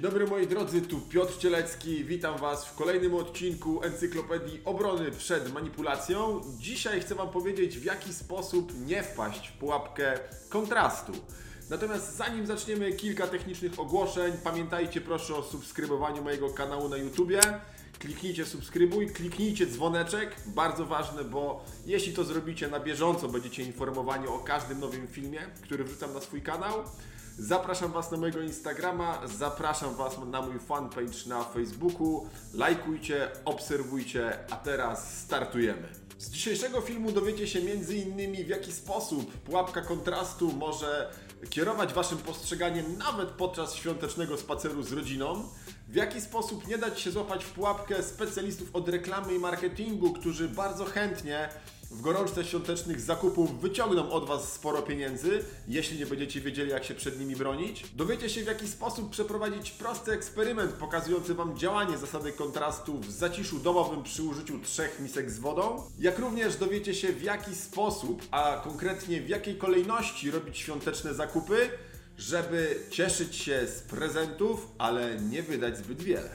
dobry moi drodzy, tu Piotr Cielecki, witam Was w kolejnym odcinku Encyklopedii Obrony przed Manipulacją. Dzisiaj chcę Wam powiedzieć, w jaki sposób nie wpaść w pułapkę kontrastu. Natomiast zanim zaczniemy, kilka technicznych ogłoszeń. Pamiętajcie proszę o subskrybowaniu mojego kanału na YouTubie. Kliknijcie subskrybuj, kliknijcie dzwoneczek, bardzo ważne, bo jeśli to zrobicie na bieżąco, będziecie informowani o każdym nowym filmie, który wrzucam na swój kanał. Zapraszam Was na mojego Instagrama, zapraszam Was na mój fanpage na Facebooku. Lajkujcie, obserwujcie, a teraz startujemy. Z dzisiejszego filmu dowiecie się m.in. w jaki sposób pułapka kontrastu może kierować Waszym postrzeganiem nawet podczas świątecznego spaceru z rodziną, w jaki sposób nie dać się złapać w pułapkę specjalistów od reklamy i marketingu, którzy bardzo chętnie w gorączce świątecznych zakupów wyciągną od Was sporo pieniędzy, jeśli nie będziecie wiedzieli, jak się przed nimi bronić. Dowiecie się, w jaki sposób przeprowadzić prosty eksperyment pokazujący Wam działanie zasady kontrastu w zaciszu domowym przy użyciu 3 misek z wodą. Jak również dowiecie się, w jaki sposób, a konkretnie w jakiej kolejności robić świąteczne zakupy, żeby cieszyć się z prezentów, ale nie wydać zbyt wiele.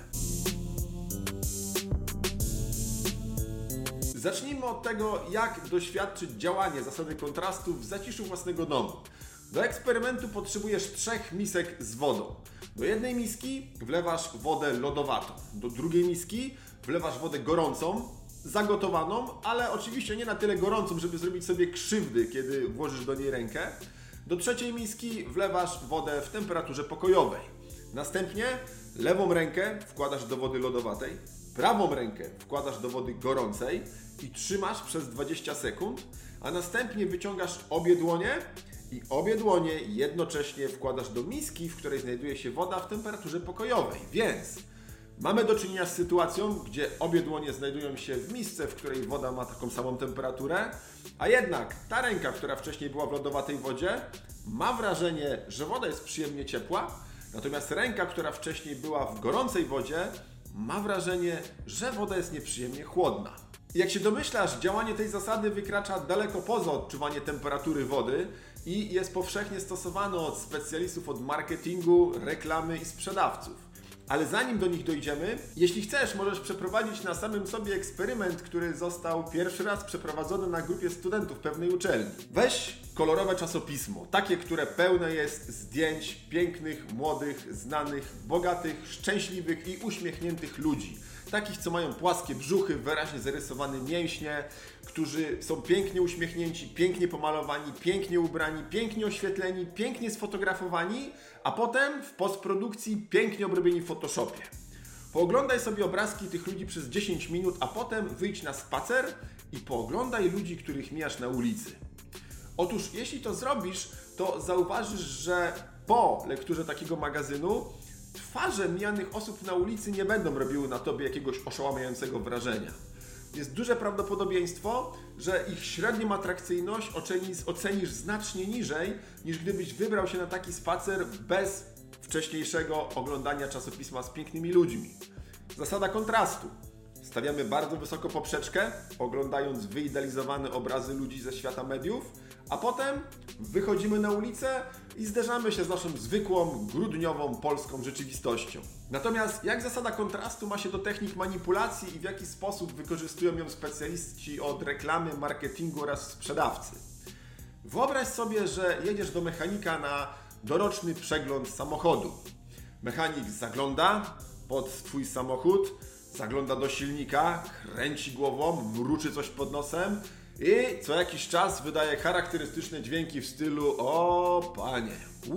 Zacznijmy od tego, jak doświadczyć działania zasady kontrastu w zaciszu własnego domu. Do eksperymentu potrzebujesz 3 misek z wodą. Do jednej miski wlewasz wodę lodowatą, do drugiej miski wlewasz wodę gorącą, zagotowaną, ale oczywiście nie na tyle gorącą, żeby zrobić sobie krzywdy, kiedy włożysz do niej rękę. Do trzeciej miski wlewasz wodę w temperaturze pokojowej. Następnie lewą rękę wkładasz do wody lodowatej, prawą rękę wkładasz do wody gorącej i trzymasz przez 20 sekund, a następnie wyciągasz obie dłonie i obie dłonie jednocześnie wkładasz do miski, w której znajduje się woda w temperaturze pokojowej. Więc mamy do czynienia z sytuacją, gdzie obie dłonie znajdują się w misce, w której woda ma taką samą temperaturę, a jednak ta ręka, która wcześniej była w lodowatej wodzie, ma wrażenie, że woda jest przyjemnie ciepła, natomiast ręka, która wcześniej była w gorącej wodzie, ma wrażenie, że woda jest nieprzyjemnie chłodna. Jak się domyślasz, działanie tej zasady wykracza daleko poza odczuwanie temperatury wody i jest powszechnie stosowane od specjalistów od marketingu, reklamy i sprzedawców. Ale zanim do nich dojdziemy, jeśli chcesz, możesz przeprowadzić na samym sobie eksperyment, który został pierwszy raz przeprowadzony na grupie studentów pewnej uczelni. Weź kolorowe czasopismo, takie, które pełne jest zdjęć pięknych, młodych, znanych, bogatych, szczęśliwych i uśmiechniętych ludzi. Takich, co mają płaskie brzuchy, wyraźnie zarysowane mięśnie, którzy są pięknie uśmiechnięci, pięknie pomalowani, pięknie ubrani, pięknie oświetleni, pięknie sfotografowani, a potem w postprodukcji pięknie obrobieni w Photoshopie. Pooglądaj sobie obrazki tych ludzi przez 10 minut, a potem wyjdź na spacer i pooglądaj ludzi, których mijasz na ulicy. Otóż jeśli to zrobisz, to zauważysz, że po lekturze takiego magazynu twarze mijanych osób na ulicy nie będą robiły na Tobie jakiegoś oszałamiającego wrażenia. Jest duże prawdopodobieństwo, że ich średnią atrakcyjność ocenisz znacznie niżej, niż gdybyś wybrał się na taki spacer bez wcześniejszego oglądania czasopisma z pięknymi ludźmi. Zasada kontrastu. Stawiamy bardzo wysoko poprzeczkę, oglądając wyidealizowane obrazy ludzi ze świata mediów, a potem wychodzimy na ulicę i zderzamy się z naszą zwykłą, grudniową, polską rzeczywistością. Natomiast jak zasada kontrastu ma się do technik manipulacji i w jaki sposób wykorzystują ją specjaliści od reklamy, marketingu oraz sprzedawcy? Wyobraź sobie, że jedziesz do mechanika na doroczny przegląd samochodu. Mechanik zagląda pod Twój samochód, zagląda do silnika, kręci głową, mruczy coś pod nosem i co jakiś czas wydaje charakterystyczne dźwięki w stylu: o panie,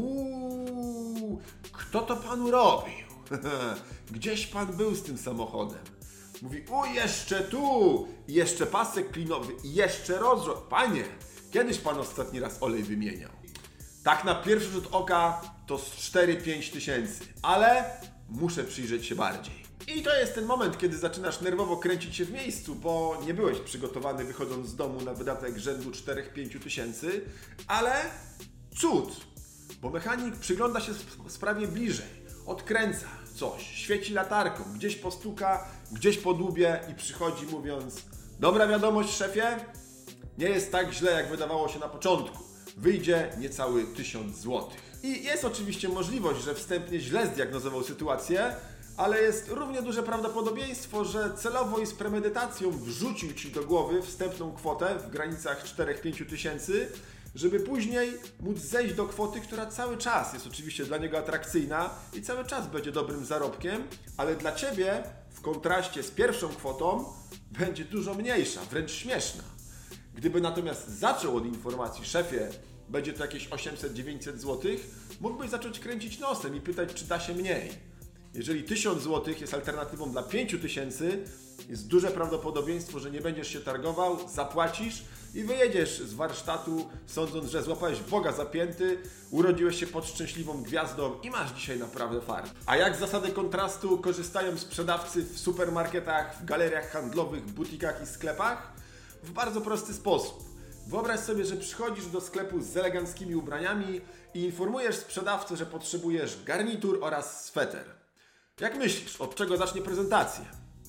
kto to panu robił? Gdzieś pan był z tym samochodem. Mówi: jeszcze tu, jeszcze pasek klinowy, jeszcze rozrzut. Panie, kiedyś pan ostatni raz olej wymieniał? Tak na pierwszy rzut oka to z 4-5 tysięcy, ale muszę przyjrzeć się bardziej. I to jest ten moment, kiedy zaczynasz nerwowo kręcić się w miejscu, bo nie byłeś przygotowany wychodząc z domu na wydatek rzędu 4-5 tysięcy, ale cud, bo mechanik przygląda się sprawie bliżej, odkręca coś, świeci latarką, gdzieś postuka, gdzieś podłubie i przychodzi mówiąc: dobra wiadomość, szefie, nie jest tak źle, jak wydawało się na początku. wyjdzie niecały 1000 zł. I jest oczywiście możliwość, że wstępnie źle zdiagnozował sytuację, ale jest równie duże prawdopodobieństwo, że celowo i z premedytacją wrzucił Ci do głowy wstępną kwotę w granicach 4-5 tysięcy, żeby później móc zejść do kwoty, która cały czas jest oczywiście dla niego atrakcyjna i cały czas będzie dobrym zarobkiem, ale dla Ciebie w kontraście z pierwszą kwotą będzie dużo mniejsza, wręcz śmieszna. Gdyby natomiast zaczął od informacji: szefie, będzie to jakieś 800-900 zł, mógłbyś zacząć kręcić nosem i pytać, czy da się mniej. Jeżeli 1000 zł jest alternatywą dla 5000, jest duże prawdopodobieństwo, że nie będziesz się targował, zapłacisz i wyjedziesz z warsztatu, sądząc, że złapałeś Boga za pięty, urodziłeś się pod szczęśliwą gwiazdą i masz dzisiaj naprawdę fart. A jak z zasady kontrastu korzystają sprzedawcy w supermarketach, w galeriach handlowych, butikach i sklepach? W bardzo prosty sposób. Wyobraź sobie, że przychodzisz do sklepu z eleganckimi ubraniami i informujesz sprzedawcę, że potrzebujesz garnitur oraz sweter. Jak myślisz, od czego zacznie prezentację?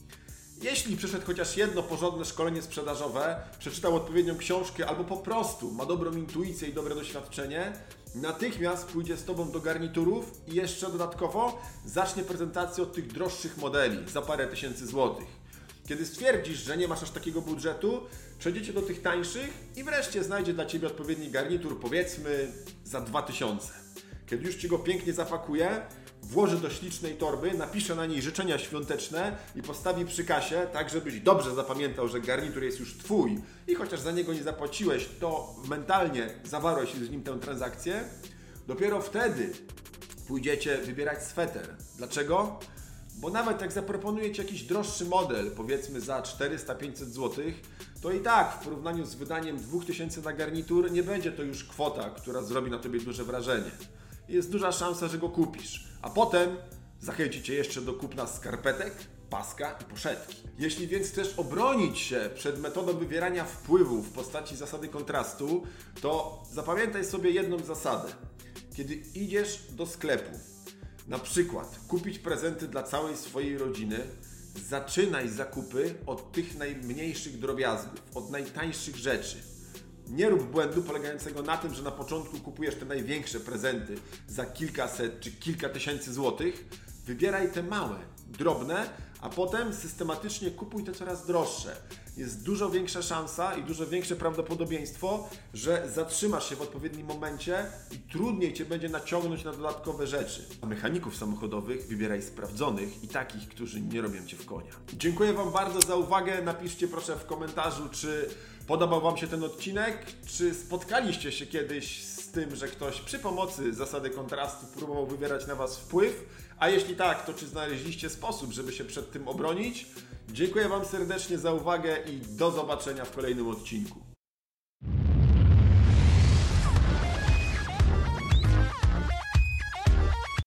Jeśli przeszedł chociaż jedno porządne szkolenie sprzedażowe, przeczytał odpowiednią książkę albo po prostu ma dobrą intuicję i dobre doświadczenie, natychmiast pójdzie z Tobą do garniturów i jeszcze dodatkowo zacznie prezentację od tych droższych modeli za parę tysięcy złotych. Kiedy stwierdzisz, że nie masz aż takiego budżetu, przejdziecie do tych tańszych i wreszcie znajdzie dla Ciebie odpowiedni garnitur, powiedzmy za 2000. Kiedy już Ci go pięknie zapakuje, włoży do ślicznej torby, napisze na niej życzenia świąteczne i postawi przy kasie, tak żebyś dobrze zapamiętał, że garnitur jest już Twój i chociaż za niego nie zapłaciłeś, to mentalnie zawarłeś z nim tę transakcję, dopiero wtedy pójdziecie wybierać sweter. Dlaczego? Bo nawet jak zaproponuje Ci jakiś droższy model, powiedzmy za 400-500 zł, to i tak w porównaniu z wydaniem 2000 na garnitur nie będzie to już kwota, która zrobi na Tobie duże wrażenie. Jest duża szansa, że go kupisz, a potem zachęci Cię jeszcze do kupna skarpetek, paska i poszetki. Jeśli więc chcesz obronić się przed metodą wywierania wpływu w postaci zasady kontrastu, to zapamiętaj sobie jedną zasadę. Kiedy idziesz do sklepu, na przykład kupić prezenty dla całej swojej rodziny, zaczynaj zakupy od tych najmniejszych drobiazgów, od najtańszych rzeczy. Nie rób błędu polegającego na tym, że na początku kupujesz te największe prezenty za kilkaset czy kilka tysięcy złotych. Wybieraj te małe, drobne, a potem systematycznie kupuj te coraz droższe. Jest dużo większa szansa i dużo większe prawdopodobieństwo, że zatrzymasz się w odpowiednim momencie i trudniej Cię będzie naciągnąć na dodatkowe rzeczy. A mechaników samochodowych wybieraj sprawdzonych i takich, którzy nie robią Cię w konia. Dziękuję Wam bardzo za uwagę. Napiszcie proszę w komentarzu, czy podobał Wam się ten odcinek, czy spotkaliście się kiedyś z tym, że ktoś przy pomocy zasady kontrastu próbował wywierać na Was wpływ, a jeśli tak, to czy znaleźliście sposób, żeby się przed tym obronić? Dziękuję Wam serdecznie za uwagę i do zobaczenia w kolejnym odcinku.